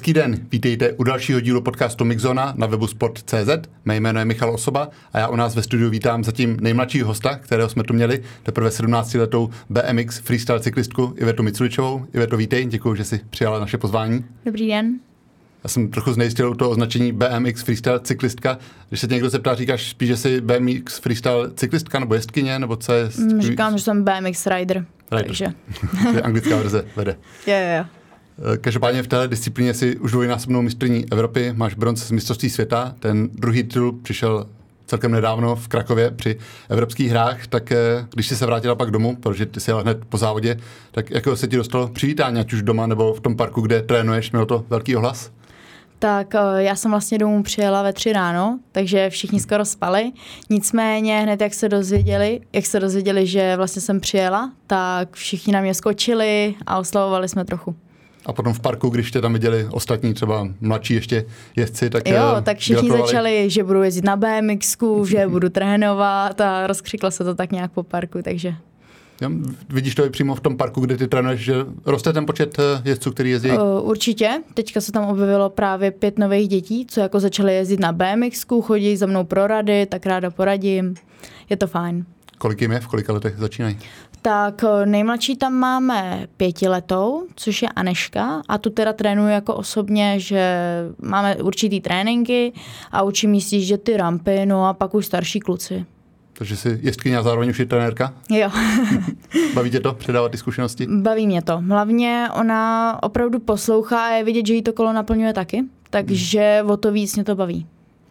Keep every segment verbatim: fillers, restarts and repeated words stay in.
Hezký den, vítejte u dalšího dílu podcastu Mixzona na webu sport tečka cé zet. Mé jméno je Michal Osoba a já u nás ve studiu vítám zatím nejmladšího hosta, kterého jsme tu měli, teprve sedmnáctiletou bé em iks freestyle cyklistku Ivetu Miculičovou. Iveto, vítej, děkuji, že jsi přijala naše pozvání. Dobrý den. Já jsem trochu znejistil u toho označení bé em iks freestyle cyklistka. Když se tě někdo zeptá, říkáš spíš, že jsi bé em iks freestyle cyklistka nebo jezdkyně, nebo co je? Mm, říkám, že jsem bé em iks rider. Rider. Takže. To je anglická verze, vede. Jo, jo, jo. Každopádně v téhle disciplíně si už dvojnásobnou mistryní Evropy, máš bronz z mistrovství světa, ten druhý titul přišel celkem nedávno v Krakově při evropských hrách, tak když jsi se vrátila pak domů, protože ty jsi jela hned po závodě, tak jakého se ti dostalo přivítání, ať už doma nebo v tom parku, kde trénuješ, mělo to velký ohlas? Tak já jsem vlastně domů přijela ve tři ráno, takže všichni skoro spali. Nicméně hned jak se dozvěděli, jak se dozvěděli, že vlastně jsem přijela, tak všichni na mě skočili a oslavovali jsme trochu. A potom v parku, když tě tam viděli ostatní, třeba mladší ještě jezdci, tak jo, tak všichni začali, že budu jezdit na bé em iksku, že budu trénovat a rozkřiklo se to tak nějak po parku, takže... Ja, vidíš to i přímo v tom parku, kde ty trénuješ, že roste ten počet jezdců, který jezdí? Uh, určitě. Teďka se tam objevilo právě pět nových dětí, co jako začaly jezdit na bé em iksku, chodí za mnou pro rady, tak ráda poradím. Je to fajn. Kolik jim je? V kolika letech začínají? Tak nejmladší tam máme pětiletou, což je Aneška a tu teda trénuji jako osobně, že máme určitý tréninky a učím jí sjíždět ty rampy, no a pak už starší kluci. Takže jsi jezdkyně a zároveň už je trenérka? Jo. Baví tě to předávat ty zkušenosti? Baví mě to. Hlavně ona opravdu poslouchá a je vidět, že jí to kolo naplňuje taky, takže hmm. o to víc mě to baví.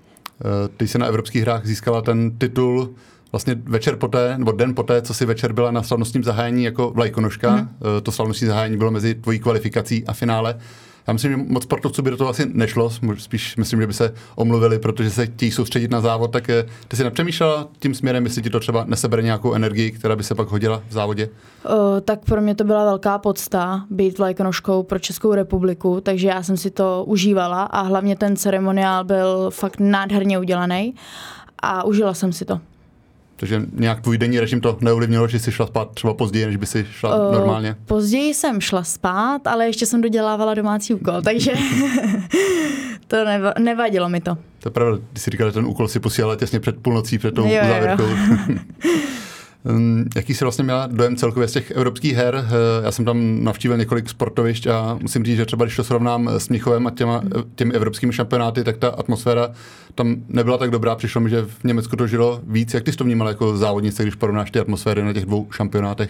Ty jsi na evropských hrách získala ten titul vlastně večer poté, nebo den poté, co si večer byla na slavnostním zahájení jako vlajkonožka. Hmm. To slavnostní zahájení bylo mezi tvojí kvalifikací a finále. Já myslím, že moc sportovců by do toho asi nešlo, spíš myslím, že by se omluvili, protože se chtějí soustředit na závod, tak ty si nepřemýšlela tím směrem, jestli ti to třeba nesebere nějakou energii, která by se pak hodila v závodě? O, tak pro mě to byla velká podsta být vlajkonožkou pro Českou republiku, takže já jsem si to užívala a hlavně ten ceremoniál byl fakt nádherně udělaný a užila jsem si to. Takže nějak tvůj denní režim to neovlivnilo, že jsi šla spát třeba později, než by si šla uh, normálně? Později jsem šla spát, ale ještě jsem dodělávala domácí úkol, takže to neva- nevadilo mi to. To je pravda, když jsi říkala, že ten úkol si posílala těsně před půlnocí, před tou jo, závěrkou. Jo. Jaký jsi vlastně měla dojem celkově z těch evropských her? Já jsem tam navštívil několik sportovišť a musím říct, že třeba když to srovnám s Mnichovem a těma, těmi evropskými šampionáty, tak ta atmosféra tam nebyla tak dobrá. Přišlo mi, že v Německu to žilo víc. Jak ty jsi to vnímala jako závodnice, když porovnáš ty atmosféry na těch dvou šampionátech?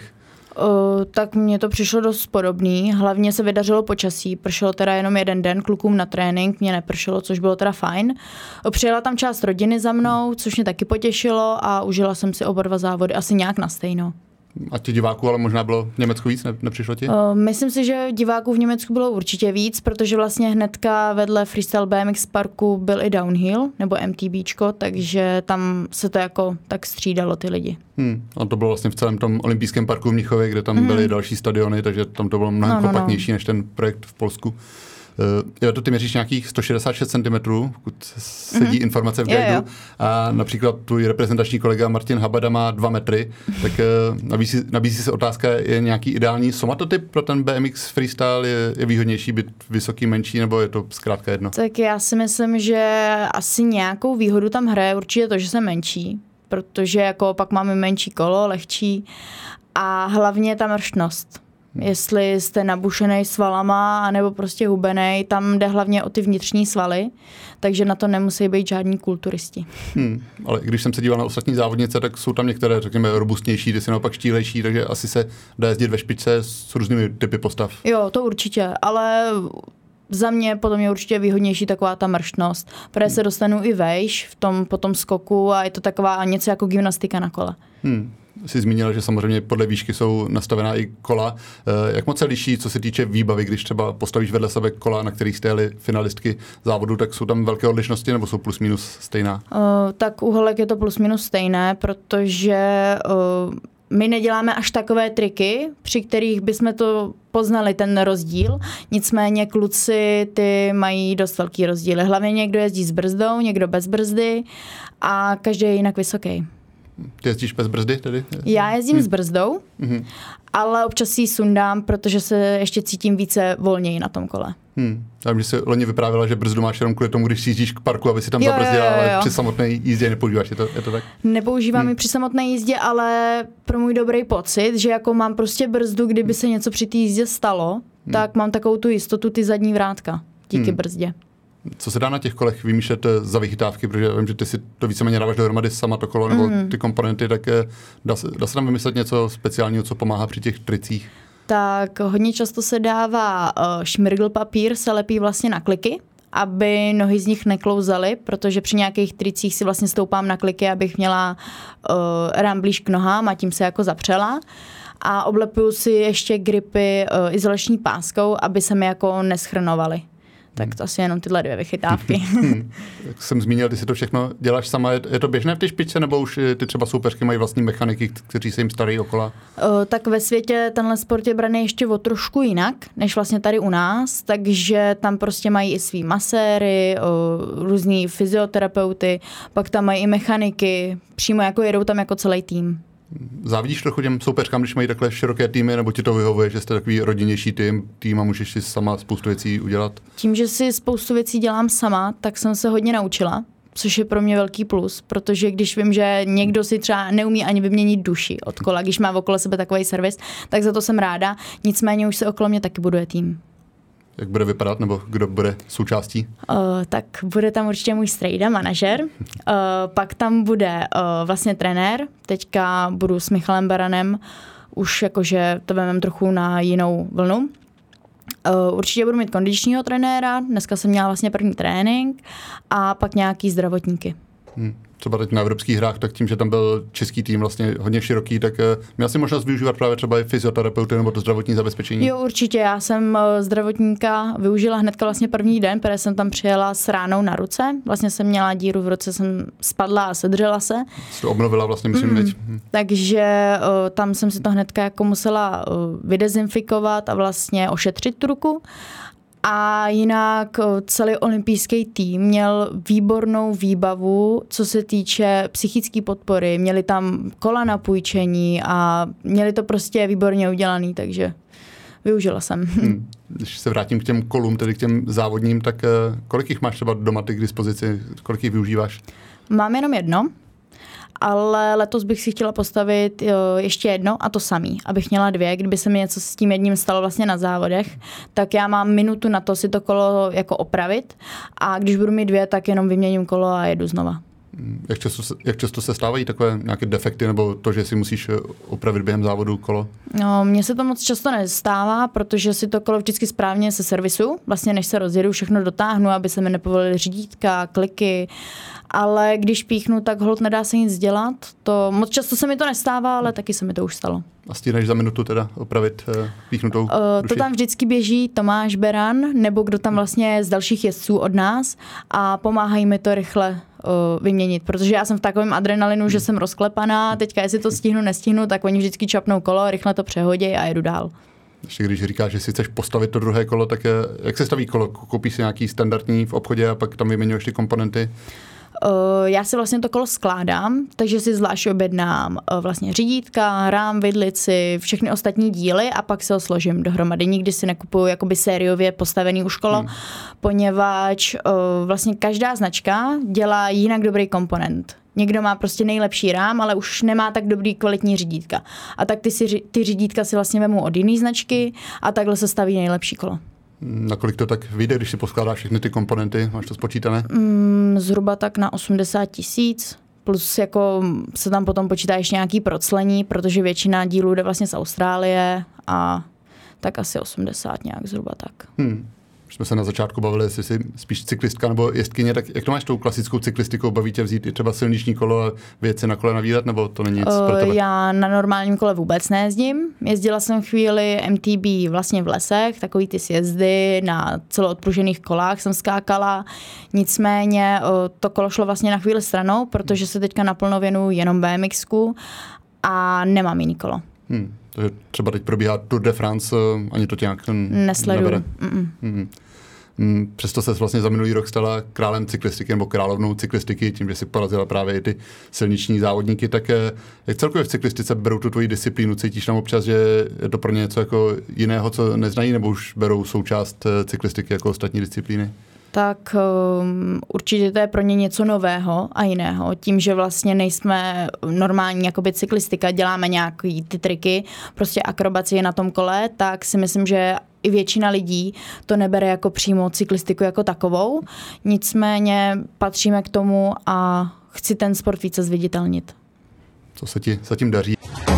O, tak mně to přišlo dost podobný. Hlavně se vydařilo počasí. Pršelo teda jenom jeden den klukům na trénink, mě nepršelo, což bylo teda fajn. O, přijela tam část rodiny za mnou, což mě taky potěšilo a užila jsem si oba dva závody asi nějak na stejno. A těch diváků ale možná bylo v Německu víc, ne, nepřišlo ti? O, myslím si, že diváků v Německu bylo určitě víc, protože vlastně hnedka vedle Freestyle bé em iks parku byl i downhill, nebo MTBčko, takže tam se to jako tak střídalo ty lidi. Hmm. A to bylo vlastně v celém tom olympijském parku v Mnichově, kde tam hmm. byly další stadiony, takže tam to bylo mnohem no, no, kompaktnější no. než ten projekt v Polsku. Uh, to ty měříš nějakých sto šedesát šest centimetrů, pokud sedí mm-hmm. informace v guidu. A například tvůj reprezentační kolega Martin Habada má dva metry, tak uh, nabízí, nabízí se otázka, je nějaký ideální somatotyp pro ten bé em iks freestyle, je, je výhodnější být vysoký, menší, nebo je to zkrátka jedno? Tak já si myslím, že asi nějakou výhodu tam hraje určitě to, že jsem menší, protože jako pak máme menší kolo, lehčí a hlavně ta mrštnost. Jestli jste nabušenej svalama, anebo prostě hubenej, tam jde hlavně o ty vnitřní svaly, takže na to nemusí být žádní kulturisti. Hmm, ale když jsem se díval na ostatní závodnice, tak jsou tam některé, řekněme, robustnější, ty si naopak štílejší, takže asi se dá jezdit ve špičce s různými typy postav. Jo, to určitě, ale za mě potom je určitě výhodnější taková ta mrštnost, protože hmm. se dostanu i vejš v tom, po tom skoku a je to taková něco jako gymnastika na kole. Hmm. Jsi zmínila, že samozřejmě podle výšky jsou nastavená i kola. Jak moc se liší, co se týče výbavy, když třeba postavíš vedle sebe kola, na kterých jste jeli finalistky závodu, tak jsou tam velké odlišnosti nebo jsou plus minus stejná? Uh, tak u holek je to plus minus stejné, protože uh, my neděláme až takové triky, při kterých bychom to poznali ten rozdíl. Nicméně kluci ty mají dost velký rozdíly. Hlavně někdo jezdí s brzdou, někdo bez brzdy a každý je jinak vysoký. Ty jezdíš bez brzdy tedy? Já jezdím hmm. s brzdou, hmm. ale občas si ji sundám, protože se ještě cítím více volněji na tom kole. Hmm. Já vím, že jsi loni vyprávěla, že brzdu máš jenom kvůli tomu, když si jízdíš k parku, aby si tam zabrzdila, ale při samotné jízdě nepoužíváš, je to, je to tak? Nepoužívám hmm. ji při samotné jízdě, ale pro můj dobrý pocit, že jako mám prostě brzdu, kdyby se něco při té jízdě stalo, hmm. tak mám takovou tu jistotu, ty zadní vrátka, díky hmm. brzdě. Co se dá na těch kolech vymýšlet za vychytávky, protože vím, že ty si to víceméně dáváš dohromady sama to kolo nebo mm. ty komponenty, tak dá se, dá se tam vymyslet něco speciálního, co pomáhá při těch tricích? Tak hodně často se dává uh, šmirgl papír, se lepí vlastně na kliky, aby nohy z nich neklouzaly, protože při nějakých tricích si vlastně stoupám na kliky, abych měla uh, rám blíž k nohám a tím se jako zapřela. A oblepuju si ještě gripy uh, izolační páskou, aby se mi jako neschrnovaly. Tak to asi jenom tyhle dvě vychytávky. Jak jsem zmínil, ty si to všechno děláš sama. Je to běžné v té špičce, nebo už ty třeba soupeřky mají vlastní mechaniky, kteří se jim starají okolo? O, tak ve světě tenhle sport je braný ještě o trošku jinak, než vlastně tady u nás, takže tam prostě mají i svý maséry, o, různý fyzioterapeuty, pak tam mají i mechaniky, přímo jako jedou tam jako celý tým. Závidíš trochu těm soupeřkám, když mají takhle široké týmy, nebo ti to vyhovuje, že jste takový rodinnější tým, tým a můžeš si sama spoustu věcí udělat? Tím, že si spoustu věcí dělám sama, tak jsem se hodně naučila, což je pro mě velký plus, protože když vím, že někdo si třeba neumí ani vyměnit duši od kola, když má okolo sebe takový servis, tak za to jsem ráda, nicméně už se okolo mě taky buduje tým. Jak bude vypadat, nebo kdo bude součástí? Uh, tak bude tam určitě můj strejda, manažer. Uh, pak tam bude uh, vlastně trenér. Teďka budu s Michalem Baranem, už jakože to vezmeme trochu na jinou vlnu. Uh, určitě budu mít kondičního trenéra, dneska jsem měla vlastně první trénink a pak nějaký zdravotníky. Hmm. Třeba teď na evropských hrách, tak tím, že tam byl český tým vlastně hodně široký, tak měl jsi možnost využívat právě třeba i fyzioterapeuty nebo to zdravotní zabezpečení? Jo, určitě. Já jsem zdravotníka využila hnedka vlastně první den, protože jsem tam přijela s ránou na ruce. Vlastně jsem měla díru v ruce, jsem spadla a sedřela se. Jsi to obnovila vlastně, myslím, mm. teď. Takže uh, tam jsem si to hnedka jako musela uh, vydezinfikovat a vlastně ošetřit tu ruku. A jinak celý olympijský tým měl výbornou výbavu, co se týče psychické podpory. Měli tam kola na půjčení a měli to prostě výborně udělaný, takže využila jsem. Hmm. Když se vrátím k těm kolům, tedy k těm závodním, tak kolik jich máš třeba doma ty k dispozici? Kolik jich využíváš? Mám jenom jedno. Ale letos bych si chtěla postavit jo, ještě jedno a to samý, abych měla dvě. Kdyby se mi něco s tím jedním stalo vlastně na závodech, tak já mám minutu na to si to kolo jako opravit a když budu mít dvě, tak jenom vyměním kolo a jedu znova. Jak často, se, jak často se stávají takové nějaké defekty nebo to, že si musíš opravit během závodu kolo? No, mně se to moc často nestává, protože si to kolo vždycky správně se servisu, vlastně než se rozjedu, všechno dotáhnu, aby se mi nepovolily řídítka, kliky, ale když píchnu, tak holt nedá se nic dělat. To moc často se mi to nestává, ale taky se mi to už stalo. A stíneš za minutu teda opravit uh, píchnutou uh, duši? To tam vždycky běží Tomáš Beran, nebo kdo tam vlastně z dalších jezdců od nás a pomáhají mi to rychle uh, vyměnit, protože já jsem v takovém adrenalinu, že jsem rozklepaná, teďka jestli to stihnu, nestihnu, tak oni vždycky čapnou kolo, rychle to přehodí a jedu dál. Ještě když říkáš, že si chceš postavit to druhé kolo, tak jak se staví kolo? Koupíš si nějaký standardní v obchodě a pak tam vyměňuješ ty komponenty? Já si vlastně to kolo skládám, takže si zvlášť objednám vlastně řídítka, rám, vidlici, všechny ostatní díly a pak se ho složím dohromady. Nikdy si nekupuju jakoby sériově postavený už kolo, hmm. poněvadž vlastně každá značka dělá jinak dobrý komponent. Někdo má prostě nejlepší rám, ale už nemá tak dobrý kvalitní řídítka. A tak ty, si, ty řídítka si vlastně vemu od jiné značky a takhle se staví nejlepší kolo. Nakolik to tak vyjde, když si poskládáš všechny ty komponenty? Máš to spočítané? Mm, zhruba tak na osmdesát tisíc. Plus jako se tam potom počítá ještě nějaký proclení, protože většina dílů jde vlastně z Austrálie a tak asi osmdesát nějak zhruba tak. Hmm. Jsme se na začátku bavili, jestli jsi spíš cyklistka nebo jezdkyně, tak jak to máš tou klasickou cyklistikou? Baví tě vzít i třeba silniční kolo a věci na kole navídat, nebo to není nic uh, pro tebe? Já na normálním kole vůbec nejezdím. Jezdila jsem chvíli M T B vlastně v lesech, takový ty sjezdy na celoodpružených kolách jsem skákala. Nicméně uh, to kolo šlo vlastně na chvíli stranou, protože se teďka naplno věnuju jenom B M X ku a nemám jiný kolo. Hmm. Takže třeba teď probíhá Tour de France, ani to tě nějak nesleduju. Hmm. Přesto se vlastně za minulý rok stala králem cyklistiky nebo královnou cyklistiky, tím, že si porazila právě i ty silniční závodníky. Tak jak celkově v cyklistice berou tu tvoji disciplínu? Cítíš tam občas, že je to pro ně něco jako jiného, co neznají, nebo už berou součást cyklistiky jako ostatní disciplíny? Tak um, určitě to je pro ně něco nového a jiného. Tím, že vlastně nejsme normální jakoby cyklistika, děláme nějaký ty triky, prostě akrobacie na tom kole, tak si myslím, že i většina lidí to nebere jako přímo cyklistiku jako takovou. Nicméně patříme k tomu a chci ten sport více zviditelnit. Co se ti zatím daří?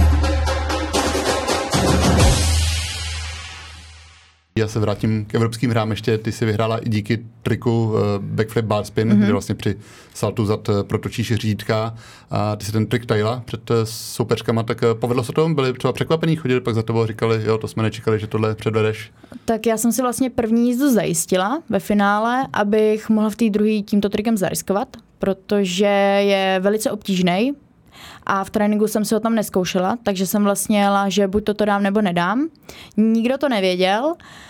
Já se vrátím k evropským hrám ještě. Ty si vyhrála i díky triku uh, backflip bar spin, mm-hmm. kde vlastně při saltu zad protočíš řídka a ty si ten trik tajila před uh, soupeřkama, tak uh, povedlo se to? Byli třeba překvapení, chodili pak za tebou a říkali, jo, to jsme nečekali, že tohle předvedeš. Tak já jsem si vlastně první jízdu zajistila ve finále, abych mohla v té druhé tímto trikem zariskovat, protože je velice obtížný. A v tréninku jsem si ho tam neskoušela, takže jsem vlastně jela, že buď toto dám nebo nedám. Nikdo to nevěděl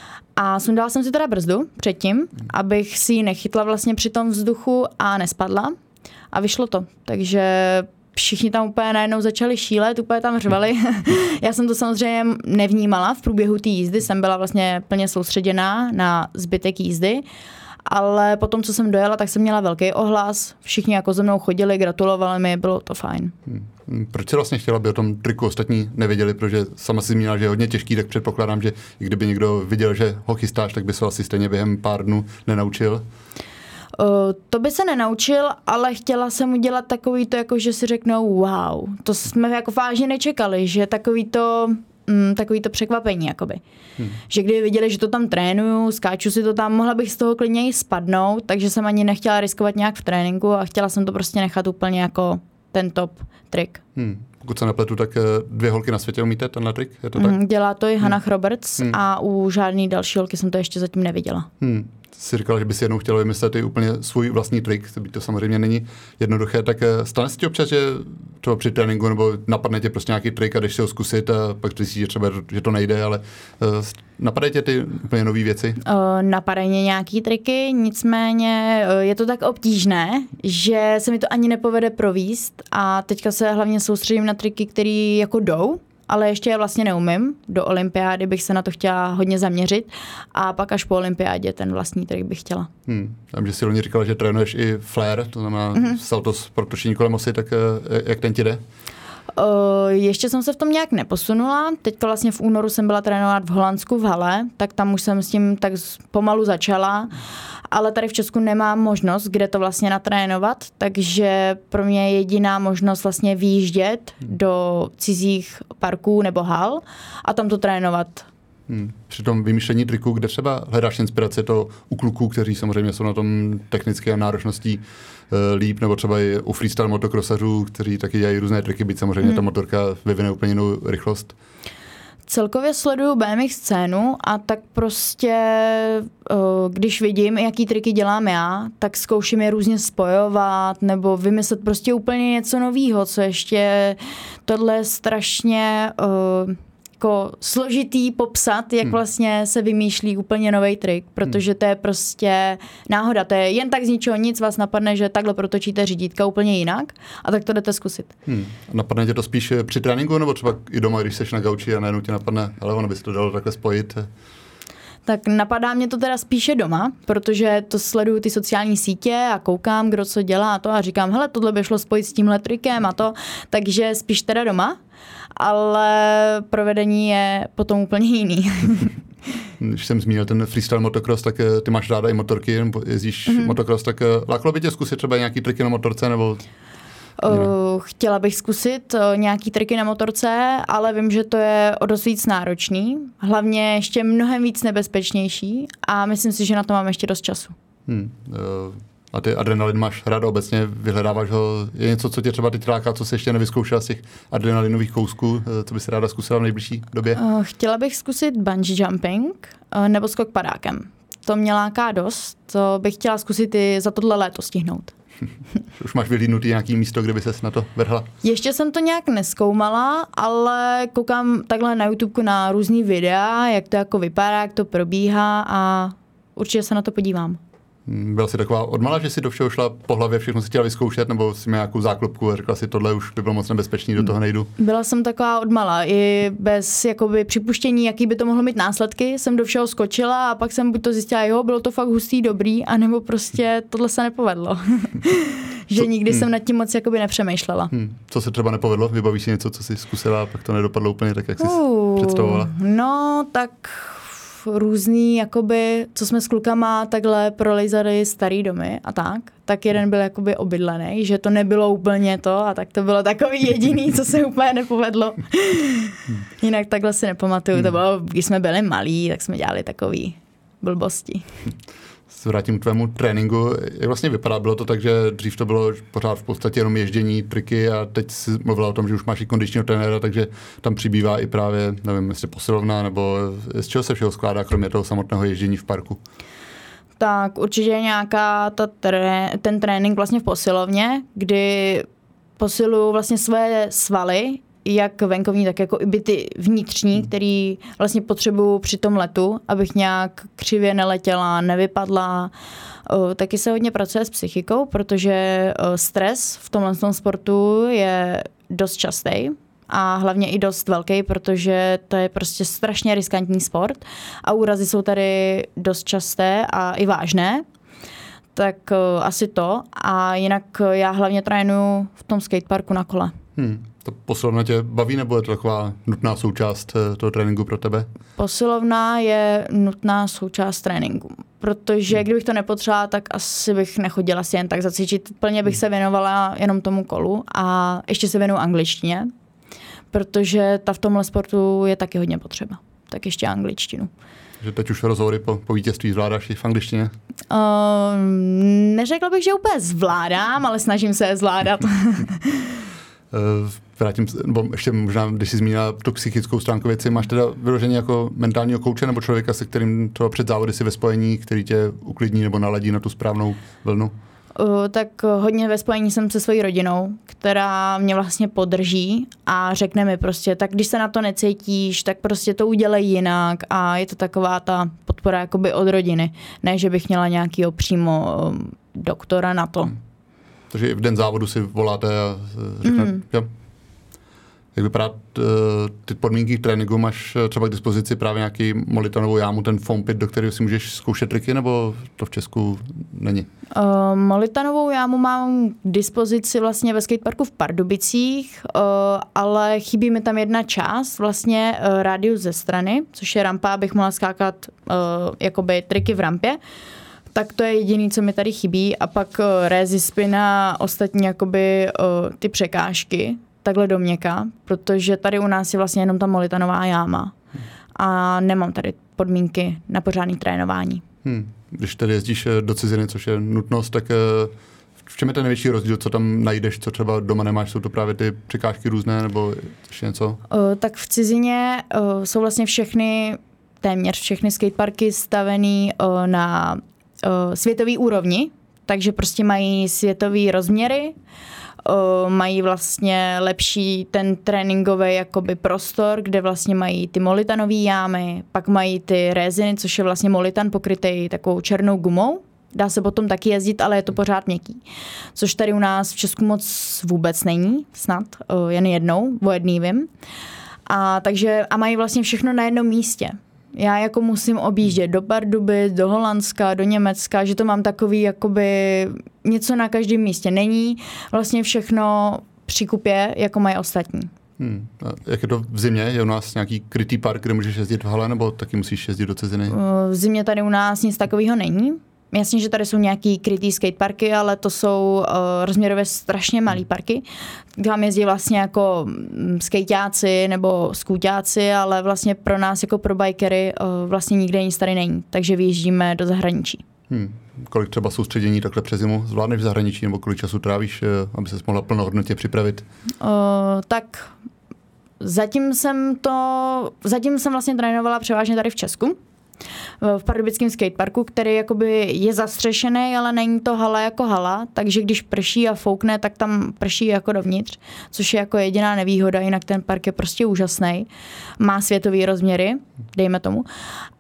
a sundala jsem si teda brzdu předtím, abych si ji nechytla vlastně při tom vzduchu a nespadla. A vyšlo to. Takže všichni tam úplně najednou začali šílet, úplně tam řvali. Já jsem to samozřejmě nevnímala v průběhu té jízdy, jsem byla vlastně plně soustředěná na zbytek jízdy. Ale potom, co jsem dojela, tak jsem měla velký ohlas. Všichni jako ze mnou chodili, gratulovali mi, bylo to fajn. Hmm. Proč jsi vlastně chtěla, aby o tom triku ostatní nevěděli? Protože sama si zmínila, že je hodně těžký, tak předpokládám, že i kdyby někdo viděl, že ho chystáš, tak by se asi stejně během pár dnů nenaučil. Uh, to by se nenaučil, ale chtěla jsem udělat takový to, jako že si řeknou wow. To jsme jako vážně nečekali, že takový to... Mm, takový to překvapení, jakoby. Hmm. Že kdyby viděli, že to tam trénuju, skáču si to tam, mohla bych z toho klidně i spadnout, takže jsem ani nechtěla riskovat nějak v tréninku a chtěla jsem to prostě nechat úplně jako ten top trik. Hmm. Pokud se nepletu, tak dvě holky na světě umíte tenhle trik? Je to tak? Hmm, dělá to i hmm. Hannah Roberts hmm. a u žádný další holky jsem to ještě zatím neviděla. Hmm. Jsi říkala, že by si jednou chtěla vymyslet i úplně svůj vlastní trik, to samozřejmě není jednoduché, tak stane se ti občas, že třeba při tréninku nebo napadne tě prostě nějaký trik a jdeš si ho zkusit a pak zjistíš, že třeba že to nejde, ale uh, napadají tě ty úplně nové věci? Uh, napadají mě nějaký triky, nicméně uh, je to tak obtížné, že se mi to ani nepovede províst a teďka se hlavně soustředím na triky, které jako jdou, ale ještě je vlastně neumím. Do olympiády bych se na to chtěla hodně zaměřit a pak až po olympiádě ten vlastní trik bych chtěla. Hmm. Vím, že si loni říkala, že trénuješ i flare, to znamená mm-hmm. salto s protočení kolem osy, tak jak ten ti jde? Uh, ještě jsem se v tom nějak neposunula. Teďka vlastně v únoru jsem byla trénovat v Holandsku v hale, tak tam už jsem s tím tak pomalu začala. Ale tady v Česku nemám možnost, kde to vlastně natrénovat, takže pro mě je jediná možnost vlastně výjíždět do cizích parků nebo hal a tam to trénovat. Hmm. Při tom vymýšlení triků, kde třeba hledáš inspiraci to u kluků, kteří samozřejmě jsou na tom technické a náročností e, líp, nebo třeba i u freestyle motokrosařů, kteří taky dělají různé triky, byť samozřejmě hmm. ta motorka vyvine úplně jinou rychlost. Celkově sleduju bé em iks scénu a tak prostě, když vidím, jaký triky dělám já, tak zkouším je různě spojovat nebo vymyslet prostě úplně něco nového, co ještě tohle je strašně jako složitý popsat, jak hmm. vlastně se vymýšlí úplně nový trik, protože to je prostě náhoda. To je jen tak z ničeho nic, vás napadne, že takhle protočíte řídítka úplně jinak a tak to jdete zkusit. Hmm. Napadne tě to spíš při tréninku nebo třeba i doma, když seš na gauči a najednou tě napadne, ale ono by se to dalo takhle spojit? Tak napadá mě to teda spíše doma, protože to sleduju ty sociální sítě a koukám, kdo co dělá a to a říkám, hele, tohle by šlo spojit s tímhle trikem a to, takže spíš teda doma, ale provedení je potom úplně jiný. Když jsem zmínil ten freestyle motocross, tak ty máš ráda i motorky, nebo jezdíš mm-hmm. motocross, tak lákalo by tě zkusit třeba nějaký triky na motorce, nebo... Uh, chtěla bych zkusit uh, nějaký triky na motorce, ale vím, že to je o dost víc náročný, hlavně ještě mnohem víc nebezpečnější a myslím si, že na to mám ještě dost času. Hmm. Uh, a ty adrenalin máš ráda obecně, vyhledáváš ho, je něco, co tě třeba teď láká, co jsi ještě nevyzkoušela z těch adrenalinových kousků, uh, co by si ráda zkusila v nejbližší době? Uh, chtěla bych zkusit bungee jumping uh, nebo skok padákem. To mě láká dost, to bych chtěla zkusit i za tohle léto stihnout. Už máš vyhlídnutý nějaký místo, kde by ses na to vrhla? Ještě jsem to nějak nezkoumala, ale koukám takhle na YouTubeku na různý videa, jak to jako vypadá, jak to probíhá a určitě se na to podívám. Byla jsi taková odmala, že jsi do všeho šla po hlavě, všechno si chtěla vyzkoušet, nebo jsi měla nějakou záklopku a řekla si, tohle už by bylo moc nebezpečný, do toho nejdu? Byla jsem taková odmala, i bez jakoby připuštění, jaký by to mohlo mít následky, jsem do všeho skočila a pak jsem buď to zjistila, jo, bylo to fakt hustý, dobrý, anebo prostě tohle se nepovedlo. Že co? nikdy hmm. jsem nad tím moc jakoby nepřemýšlela. Hmm. Co se třeba nepovedlo? Vybavíš si něco, co jsi zkusila a pak to nedopadlo úplně tak, jak jsi uh, představovala? No, tak různý, jakoby, co jsme s klukama takhle prolejzali starý domy a tak, tak jeden byl jakoby obydlený, že to nebylo úplně to a tak to bylo takový jediný, co se úplně nepovedlo. Jinak takhle si nepamatuju, to bylo, když jsme byli malí, tak jsme dělali takový blbosti. Se vrátím k tvému tréninku. Jak vlastně vypadá? Bylo to tak, že dřív to bylo pořád v podstatě jenom ježdění, triky a teď jsi mluvila o tom, že už máš i kondičního trenéra, takže tam přibývá i právě, nevím, jestli posilovna, nebo z čeho se všeho skládá, kromě toho samotného ježdění v parku? Tak určitě nějaká ta tré, ten trénink vlastně v posilovně, kdy posiluju vlastně své svaly, jak venkovní, tak jako i ty vnitřní, který vlastně potřebuju při tom letu, abych nějak křivě neletěla, nevypadla. Taky se hodně pracuje s psychikou, protože stres v tomhle tom sportu je dost častý a hlavně i dost velký, protože to je prostě strašně riskantní sport a úrazy jsou tady dost časté a i vážné. Tak asi to. A jinak já hlavně trénuju v tom skateparku na kole. Hmm. To posilovna tě baví, nebo je to taková nutná součást toho tréninku pro tebe? Posilovna je nutná součást tréninku, protože kdybych to nepotřebovala, tak asi bych nechodila si jen tak zacvičit. Plně bych se věnovala jenom tomu kolu a ještě se věnuju angličtině, protože ta v tomhle sportu je taky hodně potřeba. Tak ještě angličtinu. Že teď už rozhovory po, po vítězství zvládáš i v angličtině? Uh, neřekla bych, že úplně zvládám, ale snažím se je zvládat. Vrátím, nebo ještě možná, když jsi zmínila tu psychickou stránku věci, máš teda vyloženě jako mentálního kouče nebo člověka, se kterým to před závody si ve spojení, který tě uklidní nebo naladí na tu správnou vlnu? Uh, tak hodně ve spojení jsem se svojí rodinou, která mě vlastně podrží a řekne mi prostě, tak když se na to necítíš, tak prostě to udělej jinak a je to taková ta podpora jakoby od rodiny. Ne, že bych měla nějakýho přímo um, doktora na to. Hmm. Takže i v den závodu si voláte a řekne, mm. jo. Jak vypadá ty podmínky k tréninku? Máš třeba k dispozici právě nějaký molitanovou jámu, ten foam pit, do kterého si můžeš zkoušet triky, nebo to v Česku není? Uh, molitanovou jámu mám k dispozici vlastně ve skateparku v Pardubicích, uh, ale chybí mi tam jedna část, vlastně uh, rádius ze strany, což je rampa, abych mohla skákat uh, jakoby triky v rampě. Tak to je jediný, co mi tady chybí. A pak uh, rézy spina, ostatní jakoby uh, ty překážky, takhle do měka, protože tady u nás je vlastně jenom ta molitanová jáma. A nemám tady podmínky na pořádný trénování. Hmm. Když tady jezdíš do ciziny, což je nutnost, tak uh, v čem je ten největší rozdíl, co tam najdeš, co třeba doma nemáš? Jsou to právě ty překážky různé, nebo ještě něco? Uh, tak v cizině uh, jsou vlastně všechny, téměř všechny skateparky stavený uh, na světový úrovni, takže prostě mají světový rozměry, mají vlastně lepší ten tréninkový jakoby prostor, kde vlastně mají ty molitanové jámy, pak mají ty reziny, což je vlastně molitan pokrytý takovou černou gumou. Dá se potom taky jezdit, ale je to pořád měkký. Což tady u nás v Česku moc vůbec není, snad, jen jednou, o jedný vím. A, takže, a mají vlastně všechno na jednom místě. Já jako musím objíždět do Pardubic, do Holandska, do Německa, že to mám takový jakoby něco na každém místě. Není vlastně všechno při kupě, jako mají ostatní. Hmm. A jak je to v zimě? Je u nás nějaký krytý park, kde můžeš jezdit v hale, nebo taky musíš jezdit do ciziny? V zimě tady u nás nic takového není. Jasně, že tady jsou nějaký krytý skateparky, ale to jsou uh, rozměrově strašně malý parky. Tam jezdí vlastně jako skejťáci nebo skúťáci, ale vlastně pro nás jako pro bikery uh, vlastně nikde nic tady není. Takže vyjíždíme do zahraničí. Hmm. Kolik třeba soustředění takhle přes zimu zvládneš v zahraničí, nebo kolik času trávíš, aby ses mohla plnohodnotně připravit? Uh, tak zatím jsem to, zatím jsem vlastně trénovala převážně tady v Česku. V pardubickém skateparku, který jakoby je zastřešený, ale není to hala jako hala, takže když prší a foukne, tak tam prší jako dovnitř, což je jako jediná nevýhoda, jinak ten park je prostě úžasný. Má světový rozměry, dejme tomu.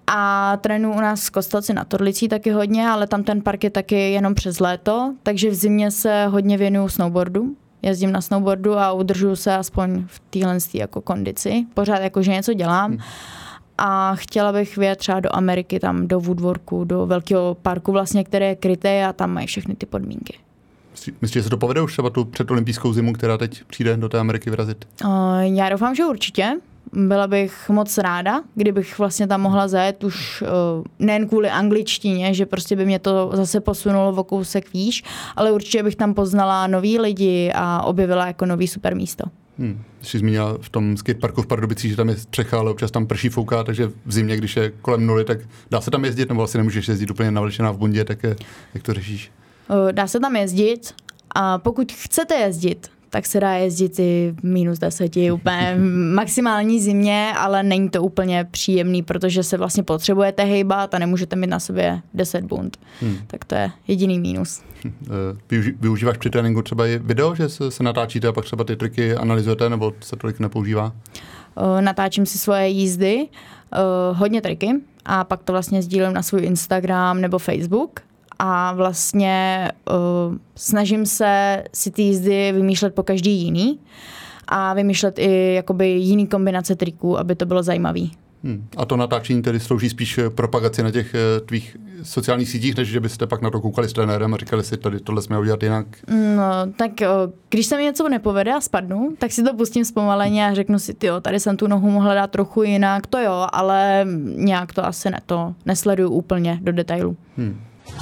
A trénuju u nás v Kostelci na Torlicí taky hodně, ale tam ten park je taky jenom přes léto, takže v zimě se hodně věnuju snowboardu. Jezdím na snowboardu a udržuju se aspoň v téhle jako kondici. Pořád jakože něco dělám. Hmm. A chtěla bych vyjet třeba do Ameriky, tam do Woodworku, do velkého parku vlastně, které je kryté a tam mají všechny ty podmínky. Myslíš, že se to povede už třeba tu předolympijskou zimu, která teď přijde do té Ameriky vyrazit? Uh, já doufám, že určitě. Byla bych moc ráda, kdybych vlastně tam mohla zajet už uh, nejen kvůli angličtině, že prostě by mě to zase posunulo o kousek výš, ale určitě bych tam poznala nový lidi a objevila jako nový super místo. Hmm. Jsi zmínila v tom skateparku v Pardubicích, že tam je střecha, ale občas tam prší, fouká, takže v zimě, když je kolem nuly, tak dá se tam jezdit, nebo asi nemůžeš jezdit úplně navlečená v bundě, tak jak to řešíš? Uh, dá se tam jezdit a pokud chcete jezdit, tak se dá jezdit i v minus deseti, úplně maximální zimě, ale není to úplně příjemný, protože se vlastně potřebujete hejbat a nemůžete mít na sobě deset bund. Hmm. Tak to je jediný mínus. Využi- využíváš při tréninku třeba i video, že se, se natáčíte a pak třeba ty triky analyzujete, nebo se tolik nepoužívá? Uh, natáčím si svoje jízdy, uh, hodně triky a pak to vlastně sdílím na svůj Instagram nebo Facebook. A vlastně uh, snažím se si ty jízdy vymýšlet po každý jiný a vymýšlet i jakoby jiný kombinace triků, aby to bylo zajímavý. Hmm. A to natáčení tedy slouží spíš propagaci na těch uh, tvých sociálních sítích, než že byste pak na to koukali s trenérem a říkali si, tady tohle jsme udělat jinak? No, tak uh, když se mi něco nepovede a spadnu, tak si to pustím zpomaleně a řeknu si, tyjo, tady jsem tu nohu mohla dát trochu jinak, to jo, ale nějak to asi ne, to nesleduju úplně do detailu. Hmm.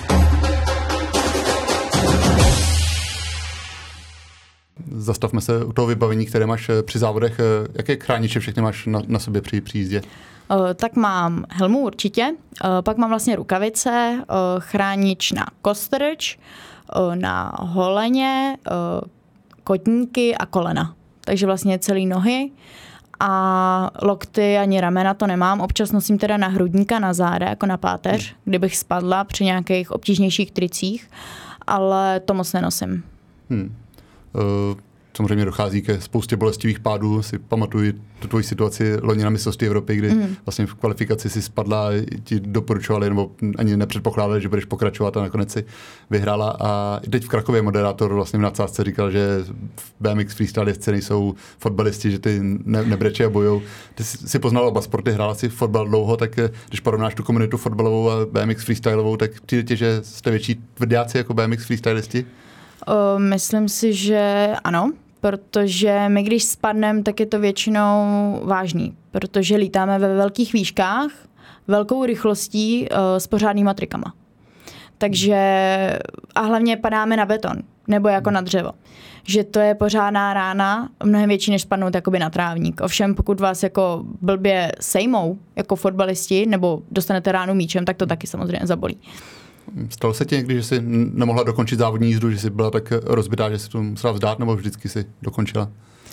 Zastavme se u toho vybavení, které máš při závodech. Jaké chrániče všechny máš na, na sobě při, při jízdě? Uh, tak mám helmu určitě, uh, pak mám vlastně rukavice, uh, chránič na kostrč, uh, na holeně, uh, kotníky a kolena. Takže vlastně celý nohy a lokty ani ramena to nemám. Občas nosím teda na hrudníka, na záda, jako na páteř, hmm. kdybych spadla při nějakých obtížnějších tricích, ale to moc nenosím. Hmm. Uh, samozřejmě dochází ke spoustě bolestivých pádů. Si pamatuju tu tvoji situaci loni na mistrovství Evropy, kdy mm. vlastně v kvalifikaci si spadla, ti doporučovali, nebo ani nepředpokládali, že budeš pokračovat a nakonec si vyhrála. A teď v Krakově moderátor vlastně v nadsázce říkal, že v B M X freestyle jezdci nejsou fotbalisti, že ty ne, nebreče a bojou. Ty jsi, jsi poznala oba sporty, hrála si fotbal dlouho, tak když porovnáš tu komunitu fotbalovou a B M X freestyleovou, tak přijde ti, že jste větší tvrdáci jako B M X freestylisti? O, myslím si, že ano, protože my když spadneme, tak je to většinou vážný, protože lítáme ve velkých výškách, velkou rychlostí o, s pořádnýma trikama. Takže a hlavně padáme na beton, nebo jako na dřevo. Že to je pořádná rána, mnohem větší, než spadnout jakoby na trávník. Ovšem, pokud vás jako blbě sejmou jako fotbalisti, nebo dostanete ránu míčem, tak to taky samozřejmě zabolí. Stalo se ti někdy, že jsi nemohla dokončit závodní jízdu, že jsi byla tak rozbitá, že jsi to musela vzdát, nebo vždycky si dokončila?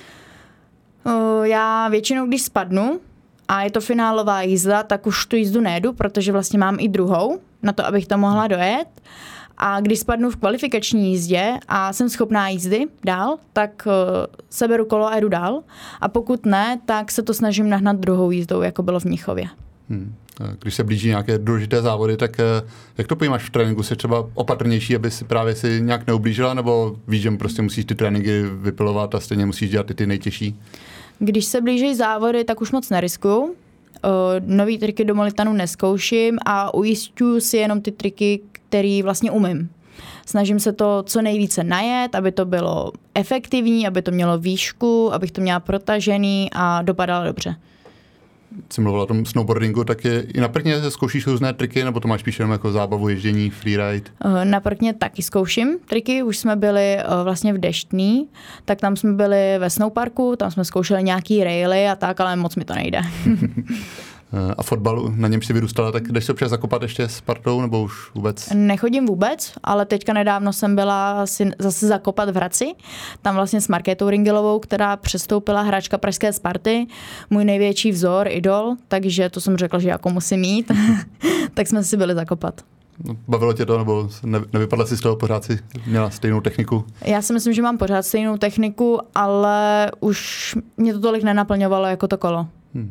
Já většinou, když spadnu a je to finálová jízda, tak už tu jízdu nejedu, protože vlastně mám i druhou na to, abych to mohla dojet. A když spadnu v kvalifikační jízdě a jsem schopná jízdy dál, tak seberu kolo a jdu dál. A pokud ne, tak se to snažím nahnat druhou jízdou, jako bylo v Mnichově. Hmm. Když se blíží nějaké důležité závody, tak jak to pojímáš v tréninku? Jsi třeba opatrnější, aby si právě si nějak neublížila, nebo víš, že prostě musíš ty tréninky vypilovat a stejně musíš dělat i ty nejtěžší? Když se blíží závody, tak už moc neriskuju. Nový triky do molitanu neskouším a ujišťuju si jenom ty triky, které vlastně umím. Snažím se to co nejvíce najet, aby to bylo efektivní, aby to mělo výšku, abych to měla protažený a dopadalo dobře. Jsi mluvila o tom snowboardingu, tak je, i na prkně zkoušíš různé triky, nebo to máš spíš jenom jako zábavu, ježdění, freeride? Na prkně taky zkouším triky, už jsme byli vlastně v Deštný, tak tam jsme byli ve snowparku, tam jsme zkoušeli nějaký raily a tak, ale moc mi to nejde. A fotbal, na něm si vyrůstala, tak jdeš se občas zakopat ještě s partou, nebo už vůbec? Nechodím vůbec, ale teďka nedávno jsem byla si zase zakopat v Hradci, tam vlastně s Markétou Ringelovou, která přestoupila hráčka pražské Sparty, můj největší vzor, idol, takže to jsem řekla, že jako musím mít, tak jsme si byli zakopat. No, bavilo tě to, nebo ne, nevypadla jsi z toho, pořád si měla stejnou techniku? Já si myslím, že mám pořád stejnou techniku, ale už mě to tolik nenaplňovalo jako to kolo. Hmm.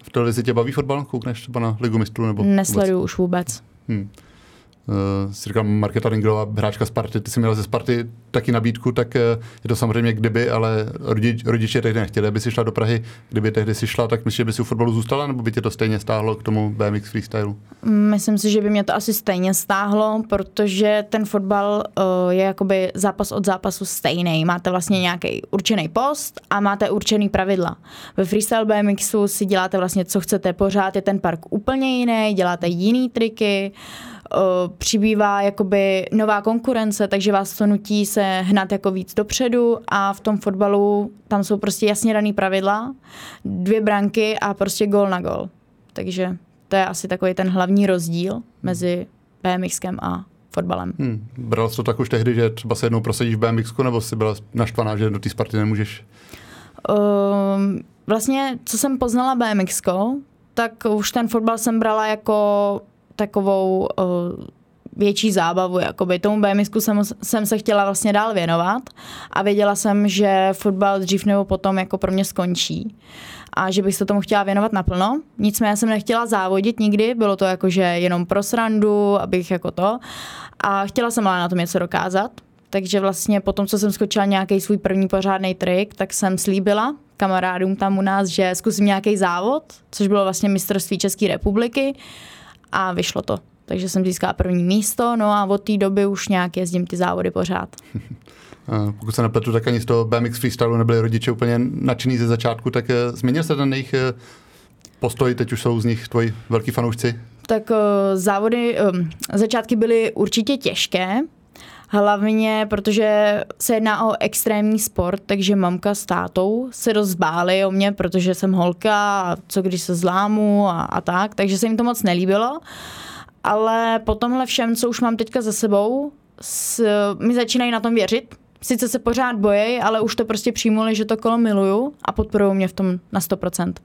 V televizi tě baví fotbal? Koukneš třeba na Ligu mistrů? Nebo Nesleduju vůbec? už vůbec. Hmm. Uh, si říkám, Markéta Ringlová, hráčka Sparty, ty jsi měla ze Sparty taky nabídku, tak uh, je to samozřejmě kdyby, ale rodič, rodiče tehdy nechtěli, aby si šla do Prahy. Kdyby tehdy si šla, tak myslíš, že by si u fotbalu zůstala, nebo by tě to stejně stáhlo k tomu B M X freestylu? Myslím si, že by mě to asi stejně stáhlo, protože ten fotbal uh, je jakoby zápas od zápasu stejný. Máte vlastně nějaký určený post a máte určený pravidla. Ve freestyle B M Xu si děláte vlastně, co chcete, pořád je ten park úplně jiný, děláte jiný triky, přibývá jakoby nová konkurence, takže vás to nutí se hnat jako víc dopředu a v tom fotbalu tam jsou prostě jasně daný pravidla, dvě branky a prostě gól na gól. Takže to je asi takový ten hlavní rozdíl mezi BMXkem a fotbalem. Hmm. Bral jsi to tak už tehdy, že třeba se jednou prosadíš v B M Xku, nebo jsi byla naštvaná, že do té Sparty nemůžeš? Um, vlastně, co jsem poznala BMXko, tak už ten fotbal jsem brala jako takovou uh, větší zábavu. Jakoby. Tomu B M Xku jsem, jsem se chtěla vlastně dál věnovat a věděla jsem, že fotbal dřív nebo potom jako pro mě skončí a že bych se tomu chtěla věnovat naplno. Nicméně jsem nechtěla závodit nikdy, bylo to jakože jenom pro srandu, abych jako to. A chtěla jsem ale na tom něco dokázat. Takže vlastně potom, co jsem skočila nějaký svůj první pořádný trik, tak jsem slíbila kamarádům tam u nás, že zkusím nějaký závod, což bylo vlastně mistrovství České republiky. A vyšlo to. Takže jsem získala první místo, no a od té doby už nějak jezdím ty závody pořád. Pokud se nepletu, tak ani z toho B M X freestylu nebyli rodiče úplně nadšený ze začátku, tak změnil se ten jejich postoj, teď už jsou z nich tvoji velký fanoušci? Tak závody, začátky byly určitě těžké, hlavně protože se jedná o extrémní sport, takže mamka s tátou se dost báli o mě, protože jsem holka a co když se zlámu a, a tak, takže se jim to moc nelíbilo. Ale po tomhle všem, co už mám teďka za sebou, s, mi začínají na tom věřit. Sice se pořád bojí, ale už to prostě přijmuli, že to kolo miluju a podporují mě v tom na sto procent.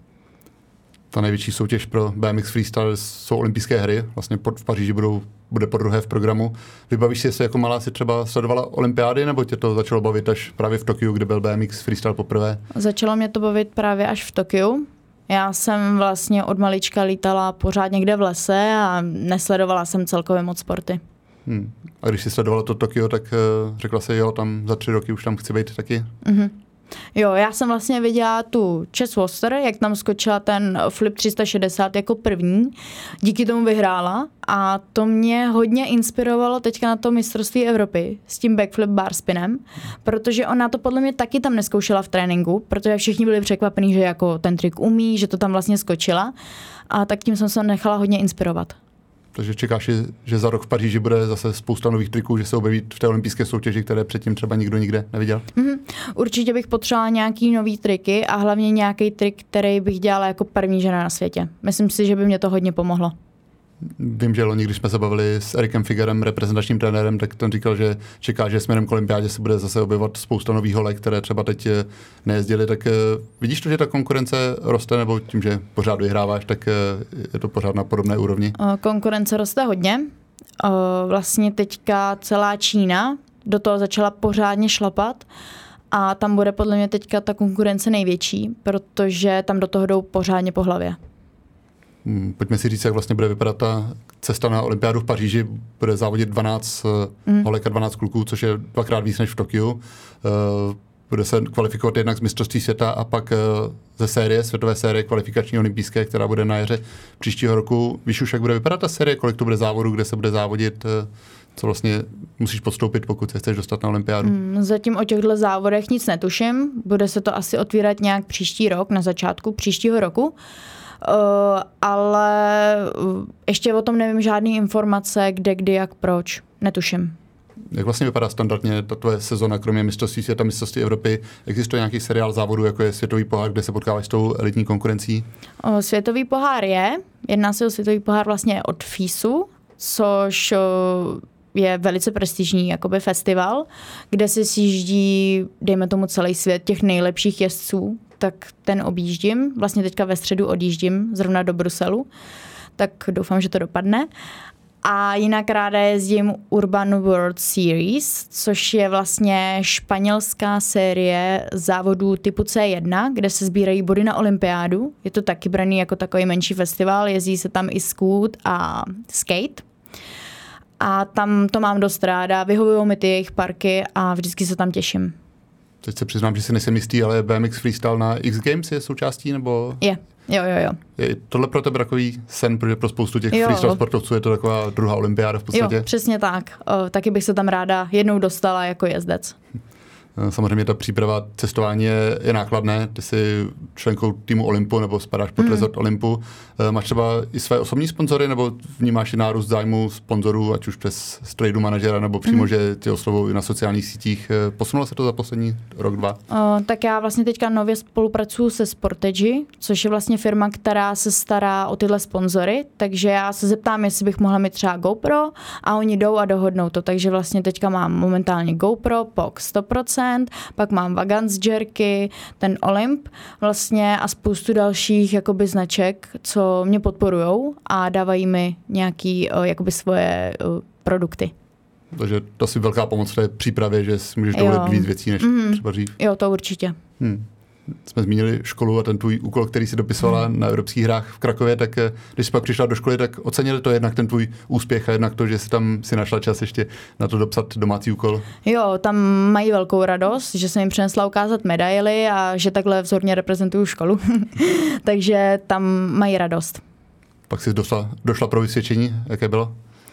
Ta největší soutěž pro B M X freestyle jsou olympijské hry, vlastně pod, v Paříži budou, bude po druhé v programu. Vybavíš si, jestli jako malá si třeba sledovala olympiády, nebo tě to začalo bavit až právě v Tokiu, kde byl B M X freestyle poprvé? Začalo mě to bavit právě až v Tokiu. Já jsem vlastně od malička lítala pořád někde v lese a nesledovala jsem celkově moc sporty. Hmm. A když jsi sledovala to Tokio, tak uh, řekla jsi, jo, tam za tři roky už tam chci být taky? Mm-hmm. Jo, já jsem vlastně viděla tu Chess Foster, jak tam skočila ten flip tři sta šedesát jako první. Díky tomu vyhrála a to mě hodně inspirovalo teďka na to mistrovství Evropy s tím backflip bar spinem, protože ona to podle mě taky tam neskoušela v tréninku, protože všichni byli překvapení, že jako ten trik umí, že to tam vlastně skočila a tak tím jsem se nechala hodně inspirovat. Takže čekáš, že za rok v Paříži bude zase spousta nových triků, že se objeví v té olympijské soutěži, které předtím třeba nikdo nikde neviděl? Mm-hmm. Určitě bych potřebovala nějaký nový triky a hlavně nějaký trik, který bych dělala jako první žena na světě. Myslím si, že by mě to hodně pomohlo. Vím, že loni, když jsme se bavili s Erikem Figerem, reprezentačním trenérem, tak ten říkal, že čeká, že směrem k olympiádě se bude zase objevovat spousta nových holek, které třeba teď nejezdily. Tak vidíš to, že ta konkurence roste, nebo tím, že pořád vyhráváš, tak je to pořád na podobné úrovni? Konkurence roste hodně. Vlastně teďka celá Čína do toho začala pořádně šlapat a tam bude podle mě teďka ta konkurence největší, protože tam do toho jdou pořádně po hlavě. Pojďme si říct, jak vlastně bude vypadat ta cesta na olympiádu v Paříži. Bude závodit dvanáct mm. holek a dvanáct kluků, což je dvakrát víc než v Tokiu. Bude se kvalifikovat jednak z mistrovství světa a pak ze série, světové série kvalifikační olympijské, která bude na jaře příštího roku. Víš už, jak bude vypadat ta série, kolik to bude závodů, kde se bude závodit, co vlastně musíš podstoupit, pokud se chceš dostat na olympiádu? Mm, zatím o těchto závodech nic netuším. Bude se to asi otvírat nějak příští rok, na začátku příštího roku. Uh, ale ještě o tom nevím žádný informace, kde, kdy, jak, proč. Netuším. Jak vlastně vypadá standardně ta tvoje sezona, kromě mistrovství světa, mistrovství Evropy? Existuje nějaký seriál závodů, jako je Světový pohár, kde se potkáváš s tou elitní konkurencí? O, Světový pohár je. Jedná se o Světový pohár vlastně od F I S u, což o, je velice prestižní jakoby festival, kde se sjíždí, dejme tomu, celý svět těch nejlepších jezdců. Tak ten objíždím. Vlastně teďka ve středu odjíždím zrovna do Bruselu. Tak doufám, že to dopadne. A jinak ráda jezdím Urban World Series, což je vlastně španělská série závodů typu C jedna, kde se sbírají body na olympiádu. Je to taky braný jako takový menší festival, jezdí se tam i scoot a skate. A tam to mám dost ráda, vyhovují mi ty jejich parky a vždycky se tam těším. Teď se přiznám, že si nejsem jistý, ale B M X Freestyle na X Games je součástí, nebo? Je, jo, jo, jo. Je tohle pro tebe takový sen, protože pro spoustu těch jo. freestyle sportovců je to taková druhá olympiáda v podstatě? Jo, přesně tak. O, taky bych se tam ráda jednou dostala jako jezdec. Samozřejmě ta příprava cestování je, je nákladné. Ty jsi členkou týmu Olympu nebo spadáš pod mm. rezort Olympu. Máš třeba i své osobní sponzory nebo vnímáš i nárůst zájmu sponzorů, ať už přes tradu manažera nebo přímo, mm. že tě oslovují na sociálních sítích. Posunulo se to za poslední rok, dva? O, tak já vlastně teďka nově spolupracuju se Sportage, což je vlastně firma, která se stará o tyhle sponzory, takže já se zeptám, jestli bych mohla mít třeba GoPro a oni jdou a dohodnou to. Takže vlastně teďka mám momentálně GoPro, P O C sto procent, pak mám Vagans Jerky, ten Olymp vlastně a spoustu dalších jakoby značek, co mě podporujou a dávají mi nějaký jakoby svoje produkty. Takže to asi velká pomoc v té přípravě, že si můžeš dovolit víc věcí než mm. třeba dřív. Jo, to určitě. Hmm. Jsme zmínili školu a ten tvůj úkol, který si dopisovala hmm. na evropských hrách v Krakově, tak když jsi pak přišla do školy, tak ocenili to jednak ten tvůj úspěch a jednak to, že jsi tam si našla čas ještě na to dopsat domácí úkol? Jo, tam mají velkou radost, že jsem jim přinesla ukázat medaily a že takhle vzorně reprezentuju školu. Takže tam mají radost. Pak jsi došla, došla pro vysvědčení, jaké bylo?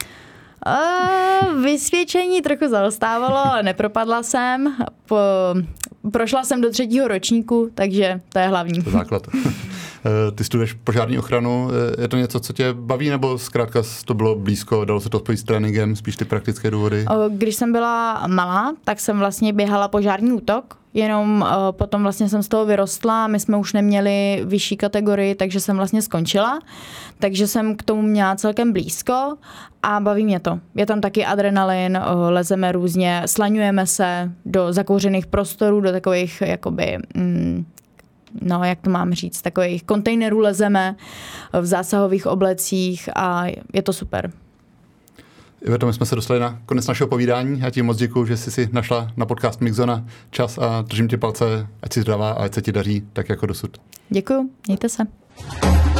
Uh, vysvědčení trochu zaostávalo, ale nepropadla jsem. Po, prošla jsem do třetího ročníku, takže to je hlavní. To je základ. Ty studuješ požární ochranu. Je to něco, co tě baví, nebo zkrátka to bylo blízko, dalo se to spojit s tréninkem, spíš ty praktické důvody? Když jsem byla malá, tak jsem vlastně běhala požární útok, jenom uh, potom vlastně jsem z toho vyrostla, my jsme už neměli vyšší kategorii, takže jsem vlastně skončila. Takže jsem k tomu měla celkem blízko a baví mě to. Je tam taky adrenalin, uh, lezeme různě, slaňujeme se do zakouřených prostorů, do takových jakoby... Mm, no, jak to mám říct, takových kontejnerů lezeme v zásahových oblecích a je to super. Iveto, my jsme se dostali na konec našeho povídání. Já ti moc děkuju, že jsi si našla na podcast Mixzona čas a držím ti palce, ať jsi zdravá a ať se ti daří tak jako dosud. Děkuju, mějte se.